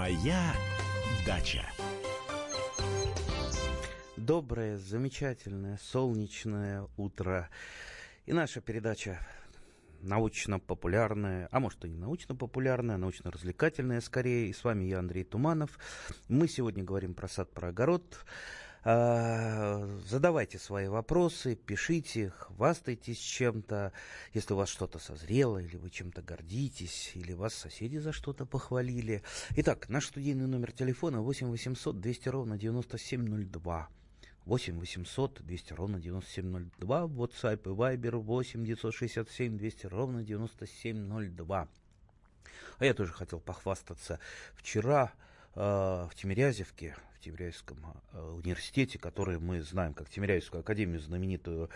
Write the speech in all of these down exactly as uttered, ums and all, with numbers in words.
Моя дача. Доброе, замечательное, солнечное утро. И наша передача научно-популярная, а может и не научно-популярная, научно-развлекательная скорее. И с вами я, Андрей Туманов. Мы сегодня говорим про сад, про огород. Задавайте свои вопросы, пишите, хвастайтесь чем-то, если у вас что-то созрело, или вы чем-то гордитесь, или вас соседи за что-то похвалили. Итак, наш студийный номер телефона восемь восемьсот двести ровно девяносто семь ноль два. восемь восемьсот двести ровно девяносто семь ноль два. WhatsApp и Viber восемь девятьсот шестьдесят семь двести ровно девяносто семь ноль два. А я тоже хотел похвастаться. Вчера э, в Тимирязевке, в Тимирязевском э, университете, который мы знаем как Тимирязевскую академию, знаменитую,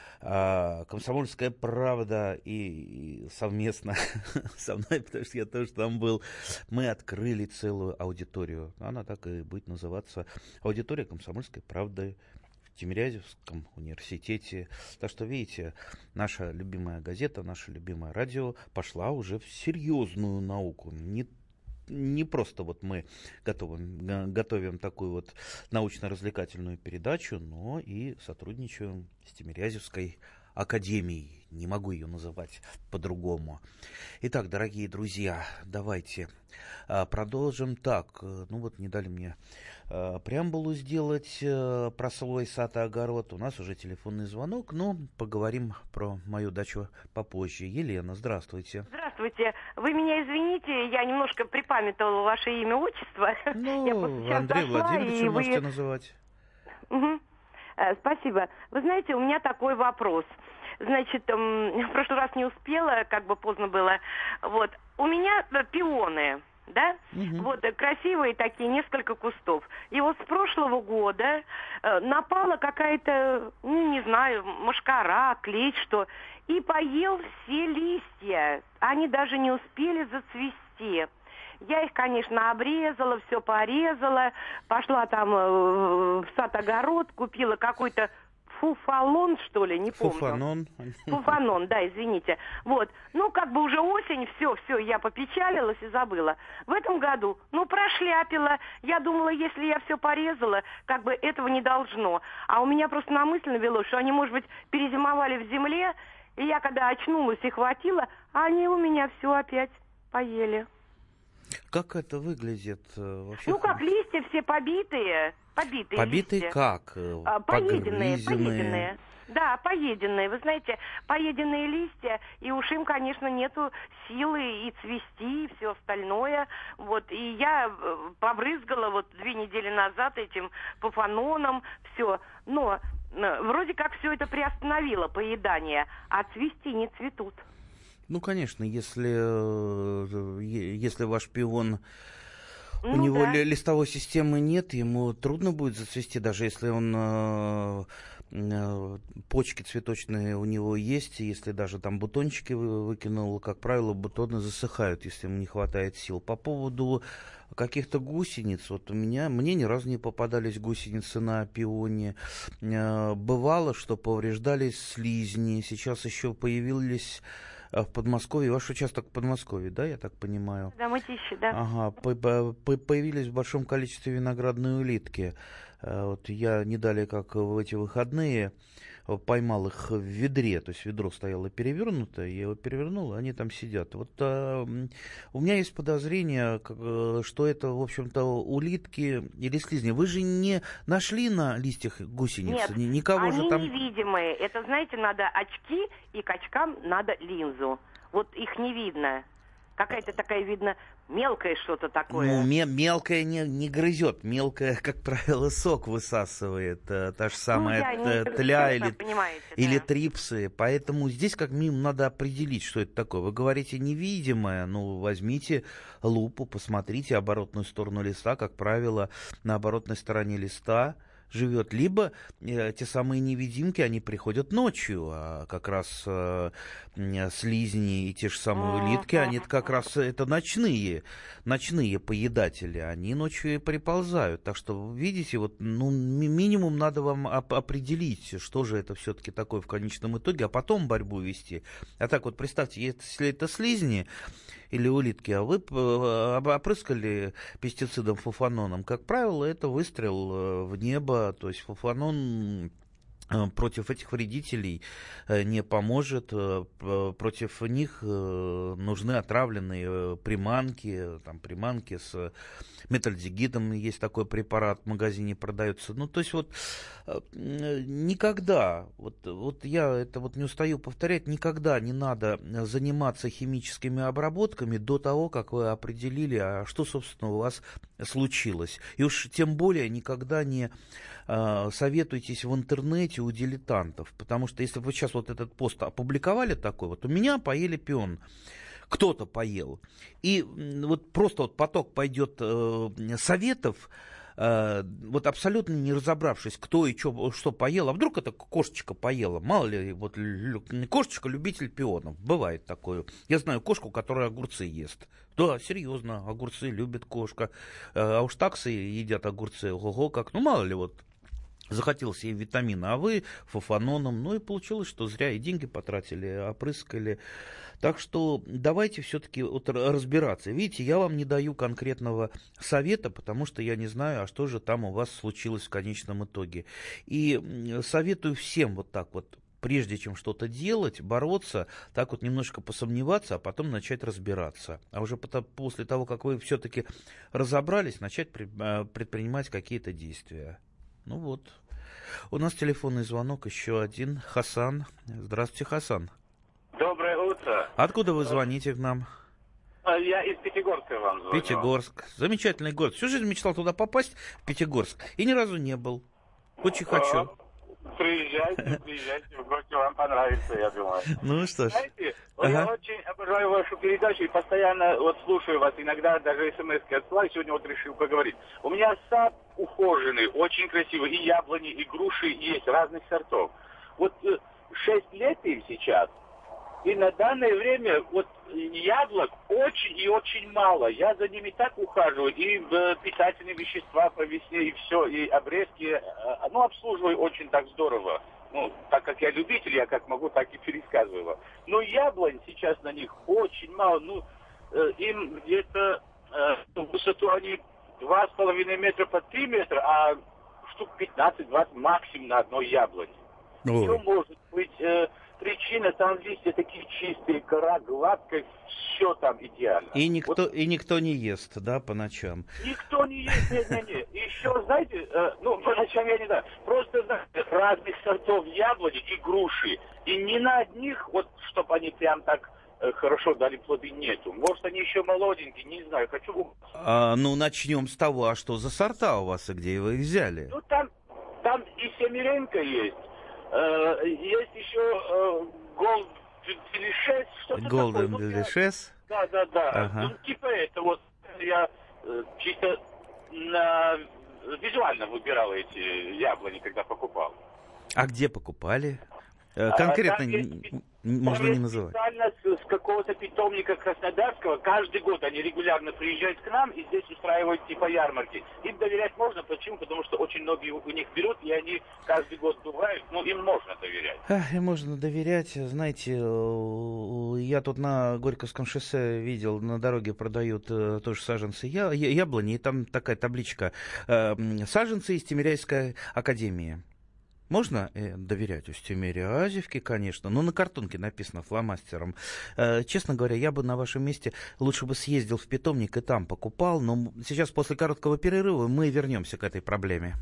э, «Комсомольская правда» и, и совместно со мной, потому что я тоже там был, мы открыли целую аудиторию. Она так и будет называться «Аудитория Комсомольской правды» в Тимирязевском университете. Так что, видите, наша любимая газета, наше любимое радио пошла уже в серьезную науку. Не Не просто вот мы готовим, готовим такую вот научно-развлекательную передачу, но и сотрудничаем с Тимирязевской академией. Не могу ее называть по-другому. Итак, дорогие друзья, давайте а, продолжим. Так, ну вот не дали мне а, преамбулу сделать а, про свой сад и огород. У нас уже телефонный звонок, но поговорим про мою дачу попозже. Елена, здравствуйте. Здравствуйте. Вы меня извините, я немножко припамятовала ваше имя, отчество. Ну, Андрей Владимирович вы можете называть. Угу. Спасибо. Вы знаете, у меня такой вопрос. Значит, в прошлый раз не успела, как бы поздно было. Вот. У меня пионы, да? Угу. Вот, красивые такие, несколько кустов. И вот с прошлого года напала какая-то, ну, не знаю, мошкара, клещ, что... И поел все листья. Они даже не успели зацвести. Я их, конечно, обрезала, все порезала. Пошла там в сад-огород, купила какой-то фуфалон, что ли, не помню. Фуфанон. Фуфанон, да, извините. Вот. Ну, как бы уже осень, все, все, я попечалилась и забыла. В этом году, ну, прошляпила. Я думала, если я все порезала, как бы этого не должно. А у меня просто на мысль навелось, что они, может быть, перезимовали в земле. И я, когда очнулась и хватила, они у меня все опять поели. Как это выглядит вообще? Ну, как листья все побитые. Побитые, побитые листья. Как? Поеденные, поеденные. Да, поеденные. Вы знаете, поеденные листья, и уж им, конечно, нету силы и цвести, и все остальное. Вот, и я побрызгала вот две недели назад этим пафаноном, все. Но вроде как все это приостановило поедание, а цвести не цветут. Ну, конечно, если, если ваш пион, ну, у него да. листовой системы нет, ему трудно будет зацвести, даже если он... почки цветочные у него есть, если даже там бутончики выкинул, как правило, бутоны засыхают, если ему не хватает сил. По поводу каких-то гусениц, вот у меня, мне ни разу не попадались гусеницы на пионе. Бывало, что повреждались слизни, сейчас еще появились в Подмосковье, ваш участок в Подмосковье, да, я так понимаю? Да, Мытищи, да. Ага, по- по- появились в большом количестве виноградные улитки. Вот я не далее, как в эти выходные, поймал их в ведре, то есть ведро стояло перевернутое, я его перевернул, они там сидят. Вот а, у меня есть подозрение, что это, в общем-то, улитки или слизни. Вы же не нашли на листьях гусениц? Нет, никого они же там... невидимые. Это, знаете, надо очки, и к очкам надо линзу. Вот их не видно. Какая-то такая, видно, мелкое что-то такое. Ну, ме- мелкое не, не грызет. Мелкое, как правило, сок высасывает. Та же самая ну, т- тля или, или да. трипсы. Поэтому здесь как минимум надо определить, что это такое. Вы говорите невидимое. Ну, возьмите лупу, посмотрите оборотную сторону листа. Как правило, на оборотной стороне листа живет. Либо э, те самые невидимки, они приходят ночью, а как раз э, слизни и те же самые улитки, они как раз это ночные, ночные поедатели, они ночью и приползают. Так что, видите, вот, ну, минимум надо вам оп- определить, что же это все-таки такое в конечном итоге, а потом борьбу вести. А так вот, представьте, если это слизни, или улитки, а вы опрыскали пестицидом фуфаноном. Как правило, это выстрел в небо, то есть фуфанон против этих вредителей не поможет, против них нужны отравленные приманки, там приманки с метальдегидом, есть такой препарат, в магазине продается. Ну, то есть вот никогда, вот, вот я это вот не устаю повторять, никогда не надо заниматься химическими обработками до того, как вы определили, а что, собственно, у вас случилось. И уж тем более никогда не э, советуйтесь в интернете у дилетантов, потому что если вы сейчас вот этот пост опубликовали такой, вот у меня поели пион, кто-то поел, и вот просто вот поток пойдет э, советов, э, вот абсолютно не разобравшись, кто и чё, что поел, а вдруг это кошечка поела, мало ли, вот кошечка любитель пионов, бывает такое. Я знаю кошку, которая огурцы ест. Да, серьезно, огурцы любит кошка, а уж таксы едят огурцы, ого, как, ну мало ли вот. Захотелось ей витамина, а вы фуфаноном. Ну и получилось, что зря и деньги потратили, опрыскали. Так что давайте все-таки вот разбираться. Видите, я вам не даю конкретного совета, потому что я не знаю, а что же там у вас случилось в конечном итоге. И советую всем вот так вот, прежде чем что-то делать, бороться, так вот немножко посомневаться, а потом начать разбираться. А уже потом, после того, как вы все-таки разобрались, начать предпринимать какие-то действия. Ну вот. У нас телефонный звонок еще один. Хасан. Здравствуйте, Хасан. Доброе утро. Откуда вы звоните к нам? Я из Пятигорска вам звоню. Пятигорск. Замечательный город. Всю жизнь мечтал туда попасть, в Пятигорск. И ни разу не был. Очень хочу. Приезжайте, приезжайте в гости, вам понравится, я думаю. Ну что ж. Знаете, ага. я очень обожаю вашу передачу и постоянно вот слушаю вас, иногда даже смс-ки отсылаю, сегодня вот решил поговорить. У меня сад ухоженный, очень красивый, и яблони, и груши есть разных сортов. Вот шесть лет им сейчас, и на данное время вот яблок очень и очень мало. Я за ними так ухаживаю, и питательные вещества по весне, и все, и обрезки, ну, обслуживаю очень так здорово. Ну, так как я любитель, я как могу, так и пересказываю. Но яблонь сейчас на них очень мало. Ну, им где-то в высоту они два с половиной метра по три метра, а штук пятнадцать-двадцать максимум на одной яблоне. Что может быть... Причина, там листья такие чистые, кора гладкая, все там идеально. И никто, вот. и никто не ест, да, по ночам? Никто не ест, нет, нет, нет. Еще, знаете, э, ну, по ночам я не знаю, просто, знаете, разных сортов яблони и груши. И ни на одних, вот, чтобы они прям так э, хорошо дали плоды, нету. Может, они еще молоденькие, не знаю, хочу... А, ну, начнем с того, а что за сорта у вас и где вы их взяли? Ну, там, там и Семеренко есть. Uh, есть еще Golden Delicious, что-то Golden такое. Delicious? Да, да, да. Ага. Ну, типа это вот я uh, чисто на... визуально выбирал эти яблони, когда покупал. А где покупали? Конкретно а, есть, можно не называть. Специально с, с какого-то питомника краснодарского. Каждый год они регулярно приезжают к нам и здесь устраивают типа ярмарки. Им доверять можно. Почему? Потому что очень многие у них берут, и они каждый год бывают. Ну, им можно доверять. Ах, им можно доверять. Знаете, я тут на Горьковском шоссе видел, на дороге продают тоже саженцы я, яблони, и там такая табличка. Саженцы из Тимиряйской академии. Можно э, доверять Устюме Азевке, конечно, но на картонке написано фломастером. Э, честно говоря, я бы на вашем месте лучше бы съездил в питомник и там покупал, но сейчас после короткого перерыва мы вернемся к этой проблеме.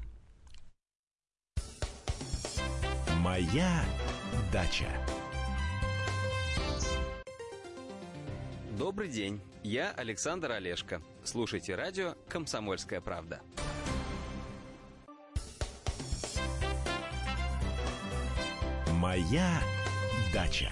Моя дача. Добрый день, я Александр Олешко. Слушайте радио «Комсомольская правда». Моя дача.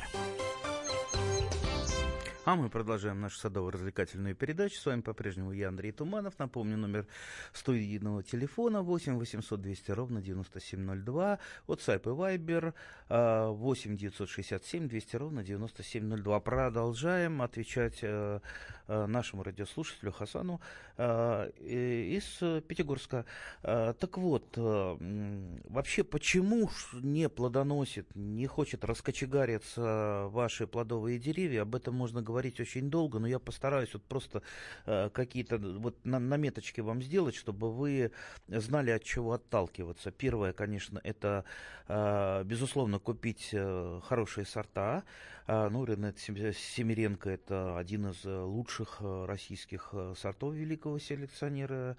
А мы продолжаем нашу садово-развлекательную передачу. С вами по-прежнему я, Андрей Туманов. Напомню, номер студийного телефона восемь восемьсот двести ровно девяносто семь ноль два. WhatsApp и Viber восемь девятьсот шестьдесят семь двести ровно девяносто семь ноль два. Продолжаем отвечать нашему радиослушателю Хасану из Пятигорска. Так вот, вообще, почему не плодоносит, не хочет раскочегариться ваши плодовые деревья? Об этом можно говорить очень долго, но я постараюсь вот просто какие-то вот наметочки вам сделать, чтобы вы знали, от чего отталкиваться. Первое, конечно, это, безусловно, купить хорошие сорта. Ну, Ренат Семеренко — это один из лучших российских сортов великого селекционера.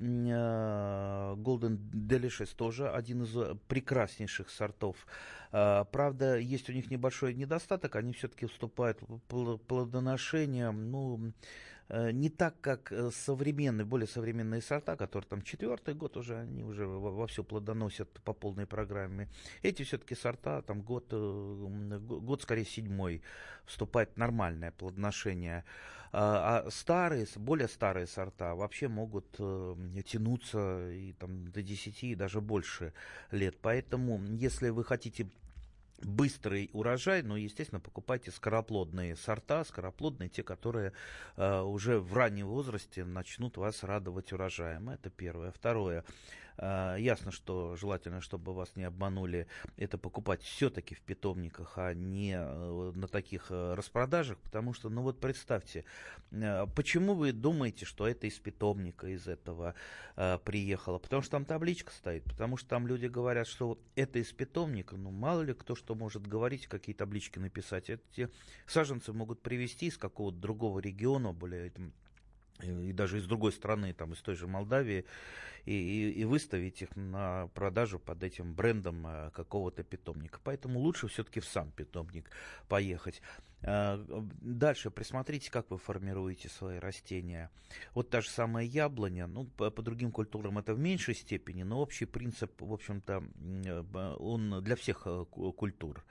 Golden Delicious тоже один из прекраснейших сортов. Правда, есть у них небольшой недостаток, они все-таки вступают в плодоношение, ну, не так, как современные, более современные сорта, которые там четвертый год уже, они уже вовсю плодоносят по полной программе. Эти все-таки сорта, там год, год скорее седьмой, вступает нормальное плодоношение. А старые, более старые сорта вообще могут тянуться и там до десяти и даже больше лет. Поэтому, если вы хотите быстрый урожай, но, естественно, покупайте скороплодные сорта, скороплодные, те, которые э, уже в раннем возрасте начнут вас радовать урожаем. Это первое. Второе. Э, ясно, что желательно, чтобы вас не обманули, это покупать все-таки в питомниках, а не э, на таких э, распродажах, потому что, ну вот представьте, э, почему вы думаете, что это из питомника, из этого э, приехало? Потому что там табличка стоит, потому что там люди говорят, что вот это из питомника, ну мало ли кто что может говорить, какие таблички написать. Эти саженцы могут привезти из какого-то другого региона, более и даже из другой страны, там, из той же Молдавии, и, и, и выставить их на продажу под этим брендом какого-то питомника. Поэтому лучше все-таки в сам питомник поехать. Дальше присмотрите, как вы формируете свои растения. Вот та же самая яблоня, ну, по, по другим культурам это в меньшей степени, но общий принцип, в общем-то, он для всех культур.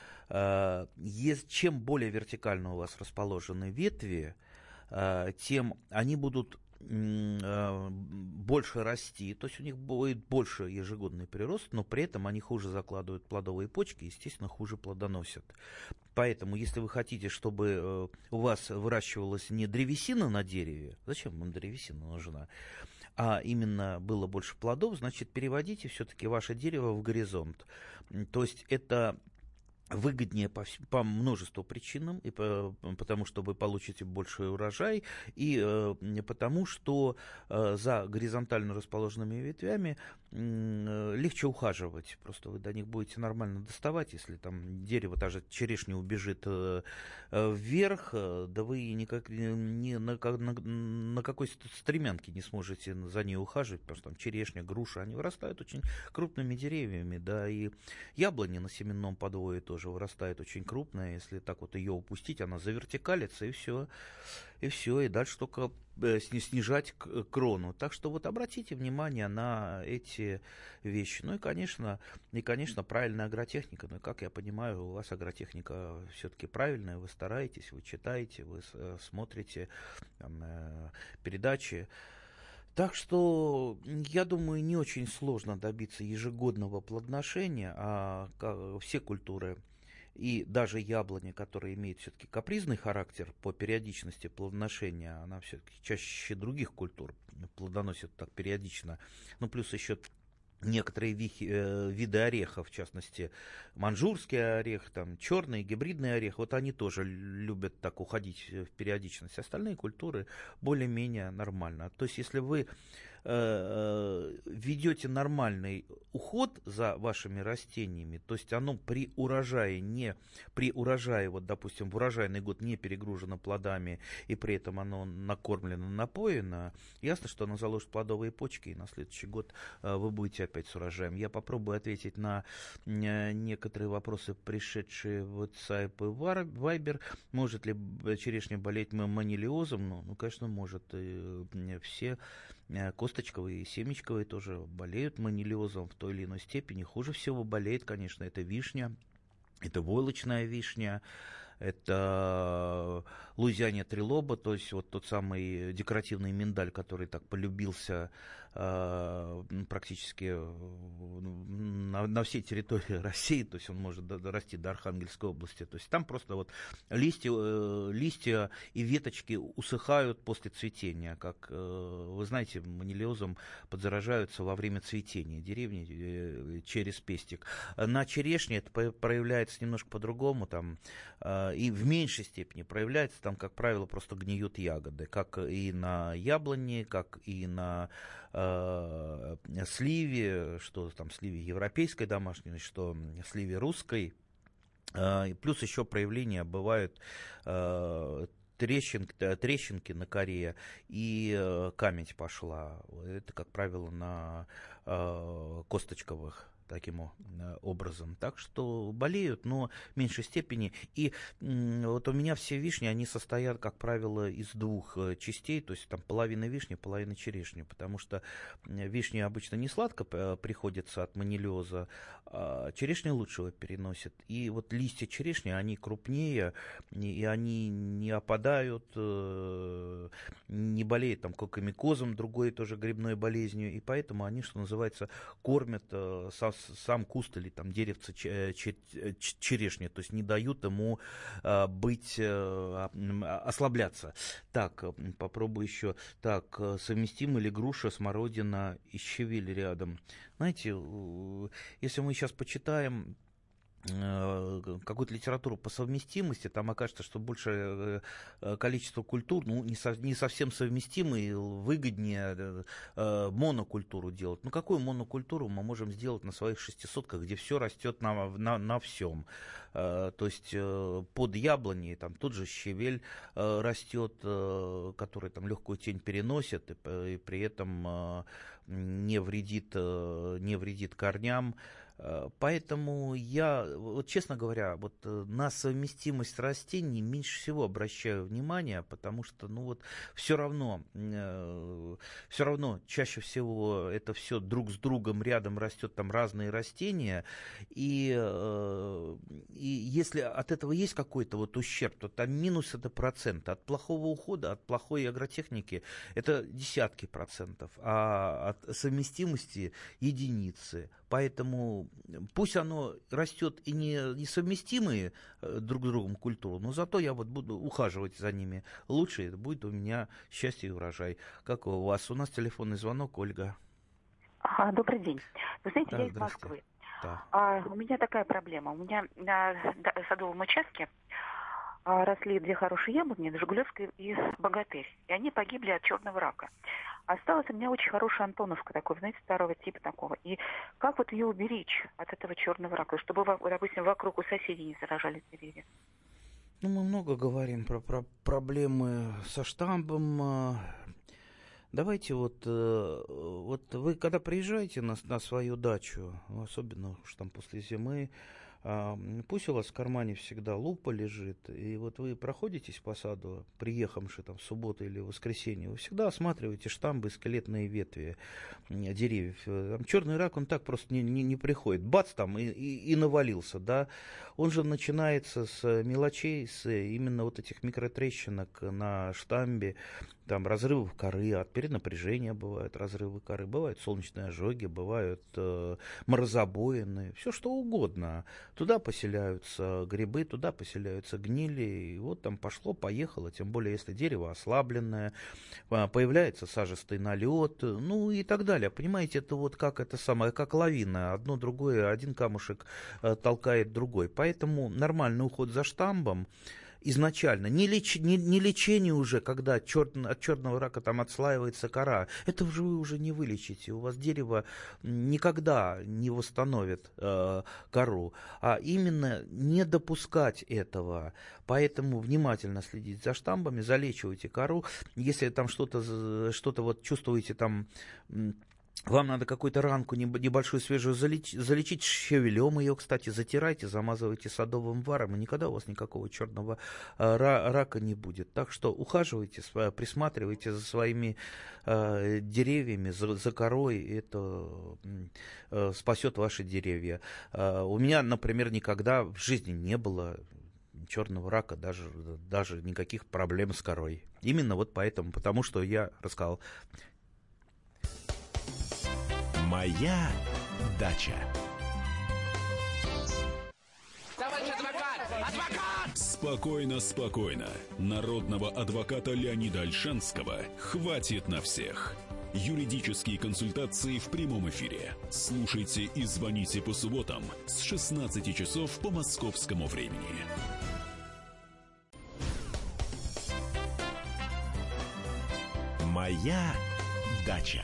Чем более вертикально у вас расположены ветви, тем они будут больше расти, то есть у них будет больше ежегодный прирост, но при этом они хуже закладывают плодовые почки, естественно, хуже плодоносят. Поэтому, если вы хотите, чтобы у вас выращивалась не древесина на дереве, зачем вам древесина нужна, а именно было больше плодов, значит, переводите все-таки ваше дерево в горизонт. То есть это выгоднее по, по множеству причинам, и по, потому что вы получите больший урожай, и э, потому что э, за горизонтально расположенными ветвями э, легче ухаживать. Просто вы до них будете нормально доставать. Если там дерево, та же черешня, убежит э, э, вверх, э, да вы никак, ни на, на, на какой стремянке не сможете за ней ухаживать, потому что там черешня, груша, они вырастают очень крупными деревьями, да, и яблони на семенном подвое тоже тоже вырастает очень крупная, если так вот ее упустить, она завертикалится, и все, и все, и дальше только снижать крону. Так что вот обратите внимание на эти вещи. Ну и, конечно, и, конечно, правильная агротехника. Ну, как я понимаю, у вас агротехника все-таки правильная, вы стараетесь, вы читаете, вы смотрите там, передачи. Так что, я думаю, не очень сложно добиться ежегодного плодоношения, а все культуры, и даже яблоня, которая имеет все-таки капризный характер по периодичности плодоношения, она все-таки чаще других культур плодоносит так периодично, ну плюс еще некоторые вихи, э, виды орехов, в частности, манжурский орех, там, черный, гибридный орех, вот они тоже любят так уходить в периодичность. Остальные культуры более-менее нормально. То есть, если вы э, ведете нормальный уход за вашими растениями, то есть оно при урожае, не при урожае, вот, допустим, в урожайный год не перегружено плодами, и при этом оно накормлено, напоено, ясно, что оно заложит плодовые почки, и на следующий год э, вы будете опять с урожаем. Я попробую ответить на некоторые вопросы, пришедшие в WhatsApp и Viber. Может ли черешня болеть манилиозом? Ну, ну конечно, может. Все косточковые и семечковые тоже болеют манилиозом в той или иной степени. Хуже всего болеет, конечно, это вишня. Это войлочная вишня, это Луизиания трилоба, то есть вот тот самый декоративный миндаль, который так полюбился э, практически на, на всей территории России, то есть он может расти до Архангельской области. То есть там просто вот листья, э, листья и веточки усыхают после цветения. Как э, вы знаете, манилиозом подзаражаются во время цветения деревни э, через пестик. На черешне это проявляется немножко по-другому, там, э, и в меньшей степени проявляется. Там, как правило, просто гниют ягоды, как и на яблоне, как и на э, сливе, что там сливе европейской домашней, что сливе русской. Э, плюс еще проявления бывают э, трещинки, трещинки на коре, и э, камень пошла. Это, как правило, на э, косточковых таким образом. Так что болеют, но в меньшей степени. И вот у меня все вишни, они состоят, как правило, из двух частей, то есть там половина вишни, половина черешни, потому что вишни обычно не сладко приходится от манилиоза, а черешня лучше его переносит. И вот листья черешни, они крупнее, и они не опадают, не болеют там кокомикозом, другой тоже грибной болезнью, и поэтому они, что называется, кормят сам сам куст или там деревце черешни, то есть не дают ему а, быть, а, ослабляться. Так, попробую еще. Так, совместимы ли груша, смородина и щавель рядом? Знаете, если мы сейчас почитаем какую-то литературу по совместимости, там окажется, что большее количество культур, ну, не, со, не совсем совместимы, и выгоднее э, монокультуру делать. Ну, какую монокультуру мы можем сделать на своих шестисотках, где все растет на, на, на всем? Э, то есть э, под яблоней, там тут же щавель э, растет, э, который там легкую тень переносит, и, и при этом э, не вредит, э, не вредит корням. Поэтому я, вот честно говоря, вот на совместимость растений меньше всего обращаю внимание, потому что, ну вот, все равно, э, все равно чаще всего это все друг с другом рядом растет, там разные растения, и, э, и если от этого есть какой-то вот ущерб, то там минус это процент, от плохого ухода, от плохой агротехники это десятки процентов, а от совместимости единицы. Поэтому пусть оно растет и не несовместимые друг с другом культуры, но зато я вот буду ухаживать за ними лучше, это будет у меня счастье и урожай. Как у вас? У нас телефонный звонок, Ольга. А, добрый день. Вы знаете, да, я из Москвы. Да. А, у меня такая проблема. У меня на садовом участке а, росли две хорошие яблони, Жигулевская и Богатырь. И они погибли от черного рака. Осталась у меня очень хорошая антоновка, такой, знаете, старого типа такого. И как вот ее уберечь от этого черного рака, чтобы, допустим, вокруг у соседей не заражались деревья? Ну, мы много говорим про, про проблемы со штамбом. Давайте вот, вот вы когда приезжаете на, на свою дачу, особенно уж там после зимы, пусть у вас в кармане всегда лупа лежит, и вот вы проходитесь по саду, приехавши там в субботу или в воскресенье, вы всегда осматриваете штамбы, скелетные ветви деревьев. Там черный рак, он так просто не, не, не приходит. Бац, там и, и, и навалился, да. Он же начинается с мелочей, с именно вот этих микротрещинок на штамбе, там разрывов коры, от перенапряжения бывают разрывы коры, бывают солнечные ожоги, бывают э, морозобоины, все что угодно. Туда поселяются грибы, туда поселяются гнили, и вот там пошло-поехало, тем более если дерево ослабленное, появляется сажистый налет, ну и так далее. Понимаете, это вот как это самое, как лавина, одно другое, один камушек э, толкает другой. Поэтому нормальный уход за штамбом изначально, не, леч, не, не лечение уже, когда черт, от черного рака там отслаивается кора, это же вы уже не вылечите, у вас дерево никогда не восстановит э, кору, а именно не допускать этого, поэтому внимательно следить за штамбами, залечивайте кору, если там что-то, что-то вот чувствуете там... Вам надо какую-то ранку небольшую свежую залечить, залечить щавелем ее, кстати, затирайте, замазывайте садовым варом, и никогда у вас никакого черного рака не будет. Так что ухаживайте, присматривайте за своими э, деревьями, за, за корой, это э, спасет ваши деревья. Э, у меня, например, никогда в жизни не было черного рака, даже, даже никаких проблем с корой. Именно вот поэтому, потому что я рассказал. Моя дача. Товарищ адвокат! Адвокат! Спокойно, спокойно. Народного адвоката Леонида Ольшанского хватит на всех. Юридические консультации в прямом эфире. Слушайте и звоните по субботам с шестнадцати часов по московскому времени. Моя дача.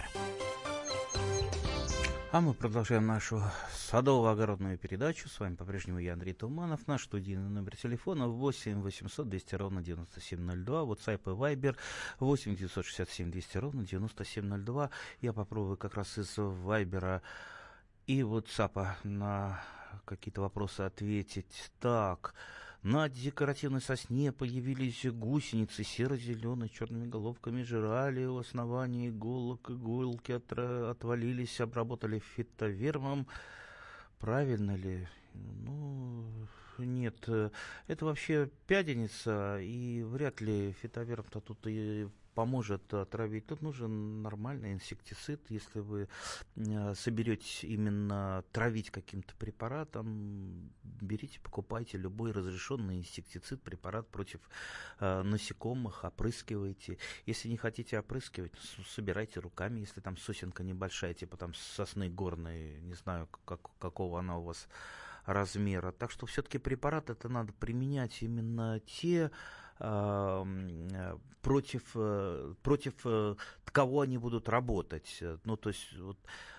А мы продолжаем нашу садово-огородную передачу. С вами по-прежнему я, Андрей Туманов. Наш студийный номер телефона восемь восемьсот двести ровно девяносто семь ноль два. WhatsApp и Viber восемь девятьсот шестьдесят семь двести ровно девяносто семь ноль два. Я попробую как раз из Viber и WhatsApp на какие-то вопросы ответить. Так... На декоративной сосне появились гусеницы серо-зеленые, с черными головками, жрали у основания иголок, иголки отра- отвалились, обработали фитовермом. Правильно ли? Ну, нет, это вообще пяденица, и вряд ли фитоверм-то тут и поможет отравить. Тут нужен нормальный инсектицид. Если вы соберетесь именно травить каким-то препаратом, берите, покупайте любой разрешенный инсектицид, препарат против э, насекомых, опрыскивайте. Если не хотите опрыскивать, собирайте руками, если там сосенка небольшая, типа там сосны горной, не знаю, как, какого она у вас размера. Так что все-таки препараты это надо применять именно те, против, против кого они будут работать. Ну, то есть, вот,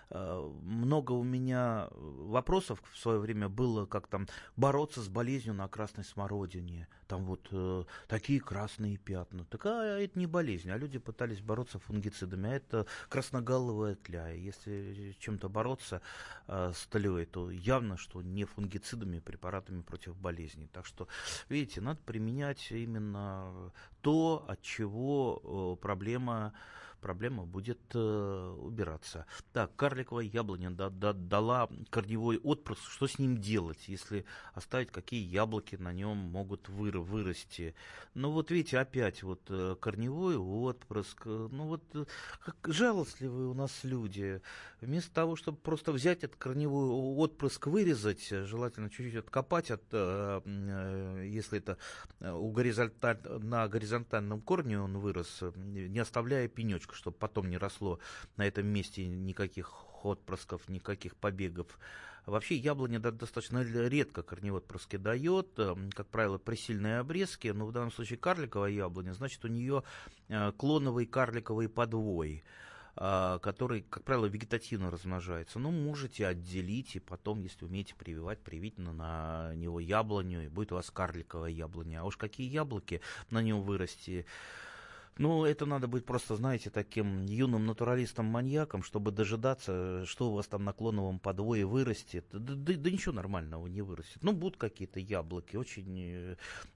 много у меня вопросов в свое время было, как там бороться с болезнью на красной смородине. Там вот э, такие красные пятна. Так а, это не болезнь, а люди пытались бороться фунгицидами. А это красногаловая тля. Если чем-то бороться э, с тлей, то явно, что не фунгицидами, препаратами против болезней. Так что, видите, надо применять именно то, от чего э, проблема... проблема будет э, убираться. Так, карликовая яблоня да, да, дала корневой отпрыск. Что с ним делать, если оставить, какие яблоки на нем могут выр- вырасти? Ну вот видите, опять вот э, корневой отпрыск. Э, ну вот э, как жалостливые у нас люди. Вместо того, чтобы просто взять этот корневой отпрыск, вырезать, желательно чуть-чуть откопать, от, э, э, если это у горизонталь... на горизонтальном корне он вырос, не оставляя пенечка, чтобы потом не росло на этом месте никаких отпрысков, никаких побегов. Вообще яблоня достаточно редко корневые отпрыски дает, как правило, при сильной обрезке, но в данном случае карликовая яблоня, значит, у нее клоновый карликовый подвой, который, как правило, вегетативно размножается. Ну, можете отделить и потом, если умеете прививать, привить на, на него яблоню, и будет у вас карликовая яблоня. А уж какие яблоки на нем вырасти... Ну, это надо быть просто, знаете, таким юным натуралистом-маньяком, чтобы дожидаться, что у вас там на клоновом подвое вырастет. Да, да, да ничего нормального не вырастет. Ну, будут какие-то яблоки, очень,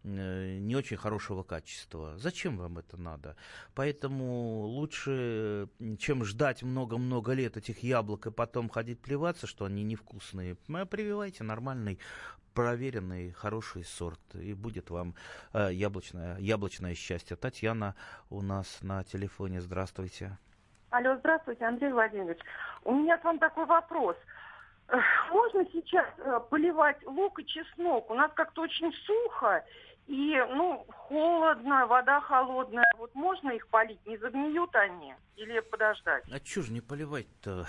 не очень хорошего качества. Зачем вам это надо? Поэтому лучше, чем ждать много-много лет этих яблок и потом ходить плеваться, что они невкусные, прививайте нормальный, проверенный, хороший сорт, и будет вам э, яблочное, яблочное счастье. Татьяна у нас на телефоне. Здравствуйте. Алло, здравствуйте, Андрей Владимирович. У меня к вам такой вопрос. Можно сейчас поливать лук и чеснок? У нас как-то очень сухо, и, ну, холодно, вода холодная. Вот можно их полить? Не загниют они? Или подождать? А чё же не поливать-то?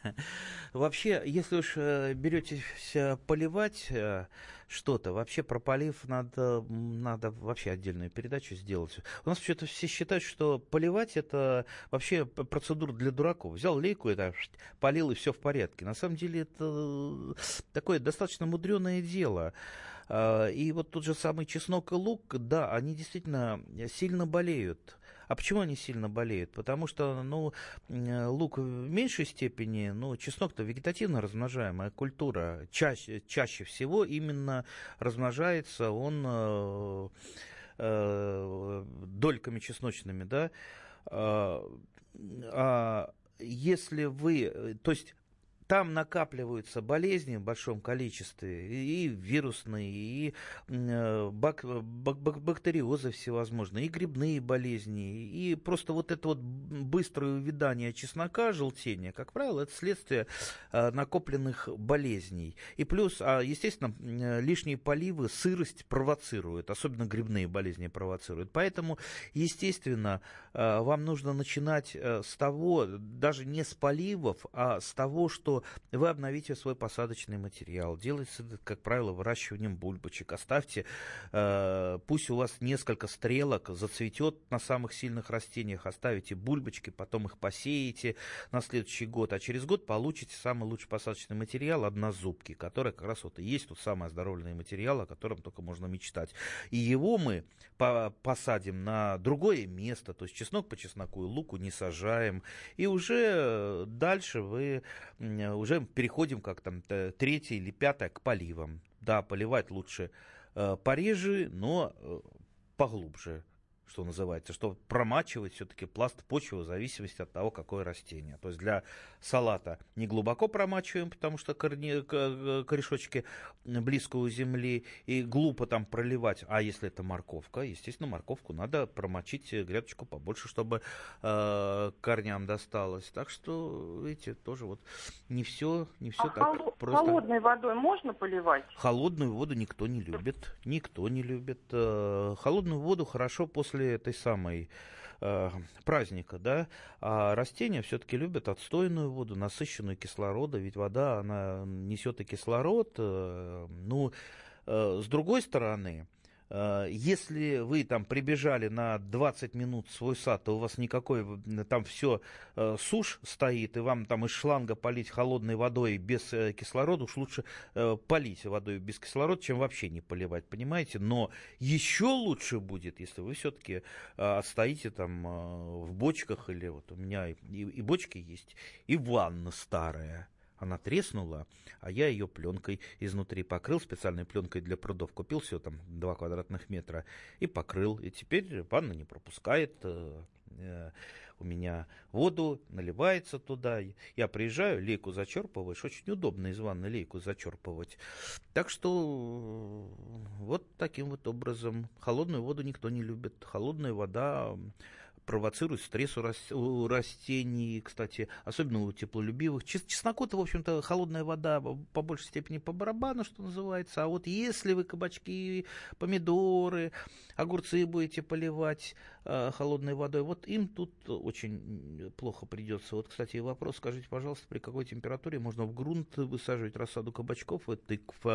Вообще, если уж беретесь поливать что-то, вообще про полив надо, надо вообще отдельную передачу сделать. У нас вообще-то все считают, что поливать это вообще процедура для дураков. Взял лейку, это полил, и все в порядке. На самом деле это такое достаточно мудреное дело. И вот тот же самый чеснок и лук, да, они действительно сильно болеют. А почему они сильно болеют? Потому что, ну, лук в меньшей степени, ну, чеснок-то вегетативно размножаемая культура. Чаще, чаще всего именно размножается он э, э, дольками чесночными, да. А, а если вы, то есть там накапливаются болезни в большом количестве, и вирусные, и бак, бак, бактериозы всевозможные, и грибные болезни, и просто вот это вот быстрое увядание чеснока, желтение, как правило, это следствие накопленных болезней. И плюс, естественно, лишние поливы, сырость провоцируют, особенно грибные болезни провоцируют. Поэтому, естественно, вам нужно начинать с того, даже не с поливов, а с того, что вы обновите свой посадочный материал. Делайте, как правило, выращиванием бульбочек. Оставьте, э, пусть у вас несколько стрелок зацветет на самых сильных растениях. Оставите бульбочки, потом их посеете на следующий год. А через год получите самый лучший посадочный материал — однозубки, который как раз вот и есть тот самый оздоровленный материал, о котором только можно мечтать. И его мы по- посадим на другое место. То есть чеснок по чесноку и луку не сажаем. И уже дальше вы уже переходим как там третье или пятое к поливам. Да, поливать лучше э, пореже, но э, поглубже, что называется, чтобы промачивать все-таки пласт почвы в зависимости от того, какое растение. То есть для салата не глубоко промачиваем, потому что корни, корешочки близко у земли, и глупо там проливать. А если это морковка, естественно, морковку надо промочить грядочку побольше, чтобы э, корням досталось. Так что, видите, тоже вот не все, не все а так холо- просто. Холодной водой можно поливать? Холодную воду никто не любит. Никто не любит. Холодную воду хорошо после этой самой э, праздника, да, а растения все-таки любят отстойную воду, насыщенную кислородом, ведь вода, она несет и кислород. Э, ну, э, с другой стороны, э, если вы там прибежали на двадцать минут в свой сад, то у вас никакой, там все э, сушь стоит, и вам там из шланга полить холодной водой без э, кислорода, уж лучше э, полить водой без кислорода, чем вообще не поливать, понимаете? Но еще лучше будет, если вы все-таки э, стоите там э, в бочках, или вот у меня и, и бочки есть, и ванна старая. Она треснула, а я ее пленкой изнутри покрыл, специальной пленкой для прудов. Купил все там два квадратных метра и покрыл. И теперь ванна не пропускает э, э, у меня воду, наливается туда. Я приезжаю, лейку зачерпываешь. Очень удобно из ванны лейку зачерпывать. Так что вот таким вот образом. Холодную воду никто не любит. Холодная вода провоцирует стресс у растений, кстати, особенно у теплолюбивых. Чесноку-то, в общем-то, холодная вода по большей степени по барабану, что называется. А вот если вы кабачки, помидоры, огурцы будете поливать э, холодной водой, вот им тут очень плохо придется. Вот, кстати, вопрос, скажите, пожалуйста, при какой температуре можно в грунт высаживать рассаду кабачков и тыкв?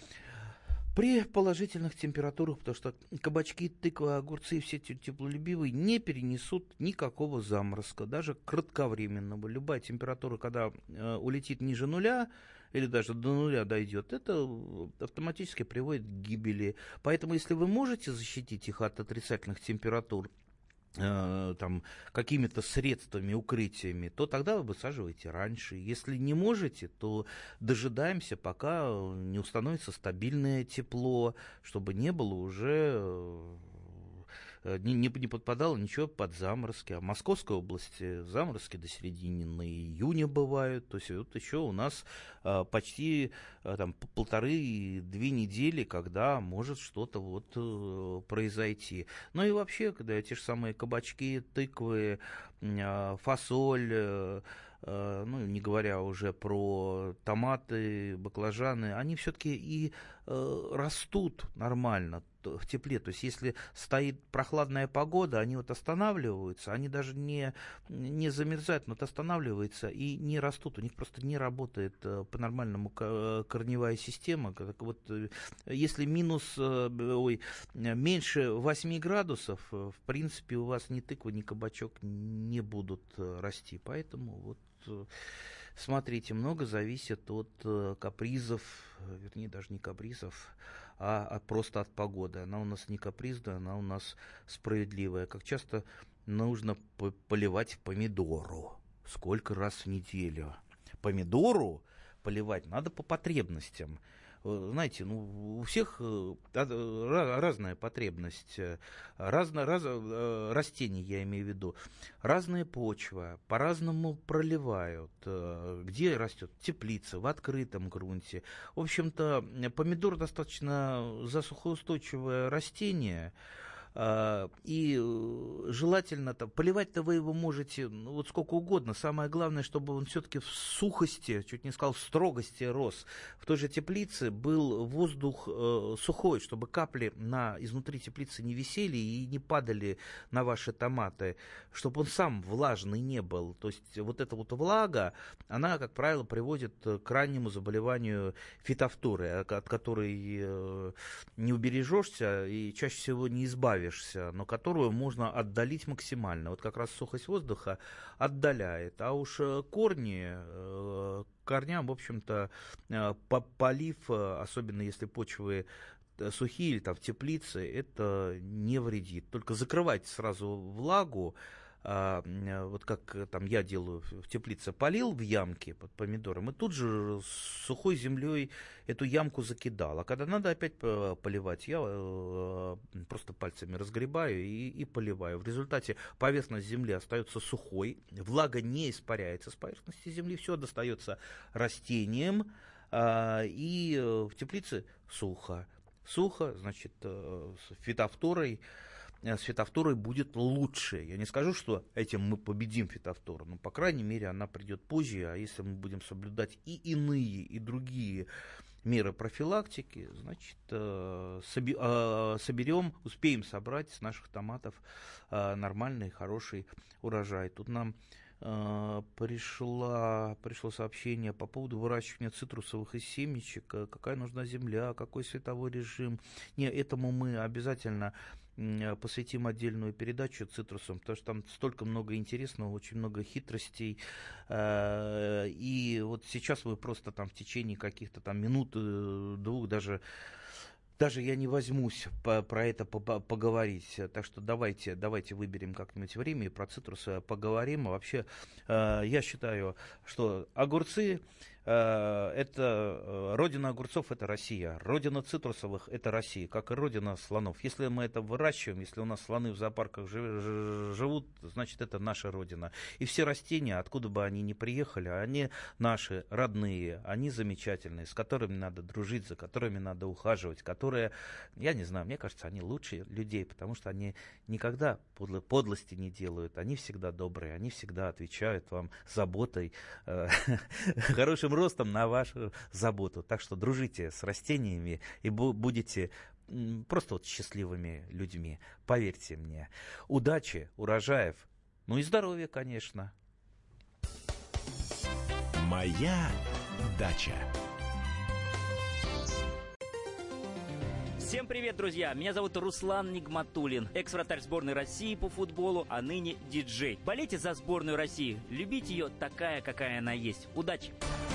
При положительных температурах, потому что кабачки, тыква, огурцы, все эти теплолюбивые не перенесут никакого заморозка, даже кратковременного. Любая температура, когда э, улетит ниже нуля или даже до нуля дойдет, это автоматически приводит к гибели. Поэтому, если вы можете защитить их от отрицательных температур, там, какими-то средствами, укрытиями, то тогда вы высаживаете раньше. Если не можете, то дожидаемся, пока не установится стабильное тепло, чтобы не было уже... Не, не, не подпадало ничего под заморозки. А в Московской области заморозки до середины июня бывают. То есть вот еще у нас а, почти а, там, полторы-две недели, когда может что-то вот а, произойти. Ну и вообще, когда те же самые кабачки, тыквы, а, фасоль, а, а, ну не говоря уже про томаты, баклажаны, они все-таки и а, растут нормально в тепле. То есть если стоит прохладная погода, они вот останавливаются, они даже не, не замерзают, но вот останавливаются и не растут. У них просто не работает по-нормальному корневая система. Вот, если минус, ой, меньше восьми градусов, в принципе, у вас ни тыква, ни кабачок не будут расти. Поэтому вот смотрите, много зависит от капризов, вернее, даже не капризов, а просто от погоды. Она у нас не капризная, она у нас справедливая. Как часто нужно поливать помидору? Сколько раз в неделю? Помидору поливать надо по потребностям. знаете, ну, у всех разная потребность, разно, раз, растения, я имею в виду, разная почва, по-разному проливают, где растет теплица, в открытом грунте. В общем-то, помидор достаточно засухоустойчивое растение, и желательно-то, поливать-то вы его можете ну, вот сколько угодно. Самое главное, чтобы он все-таки в сухости, чуть не сказал, в строгости рос. В той же теплице был воздух э, сухой, чтобы капли на, изнутри теплицы не висели и не падали на ваши томаты, чтобы он сам влажный не был. То есть вот эта вот влага, она, как правило, приводит к раннему заболеванию фитофторы, от которой э, не убережешься и чаще всего не избавишься, но которую можно отдалить максимально. Вот как раз сухость воздуха отдаляет. А уж корни, корням, в общем-то, полив, особенно если почвы сухие или там в теплице, это не вредит. Только закрывайте сразу влагу. А, вот как там я делаю в теплице, полил в ямке под помидором и тут же с сухой землей эту ямку закидал. А когда надо опять поливать, я просто пальцами разгребаю и, и поливаю. В результате поверхность земли остается сухой, влага не испаряется с поверхности земли, все достается растениям, и в теплице сухо. Сухо, значит, с фитофторой с фитофторой будет лучше. Я не скажу, что этим мы победим фитофтору, но, по крайней мере, она придет позже, а если мы будем соблюдать и иные, и другие меры профилактики, значит, соберем, успеем собрать с наших томатов нормальный, хороший урожай. Тут нам Пришло, пришло сообщение по поводу выращивания цитрусовых из семечек, какая нужна земля, какой световой режим. Не, этому мы обязательно посвятим отдельную передачу цитрусам, потому что там столько много интересного, очень много хитростей. И вот сейчас вы просто там в течение каких-то там минут, двух даже Даже я не возьмусь по, про это поговорить. Так что давайте, давайте выберем как-нибудь время и про цитрусы поговорим. А вообще, э, я считаю, что огурцы э, это родина огурцов это Россия. Родина цитрусовых это Россия, как и родина слонов. Если мы это выращиваем, если у нас слоны в зоопарках жив, живут, значит это наша родина. И все растения, откуда бы они ни приехали, они наши, родные, они замечательные, с которыми надо дружить, за которыми надо ухаживать, которые которые, я не знаю, мне кажется, они лучше людей, потому что они никогда подло, подлости не делают, они всегда добрые, они всегда отвечают вам заботой, э, хорошим ростом на вашу заботу. Так что дружите с растениями и будете просто вот счастливыми людьми, поверьте мне. Удачи, урожаев, ну и здоровья, конечно. Моя дача. Всем привет, друзья! Меня зовут Руслан Нигматуллин, экс-вратарь сборной России по футболу, а ныне диджей. Болейте за сборную России, любите ее такая, какая она есть. Удачи!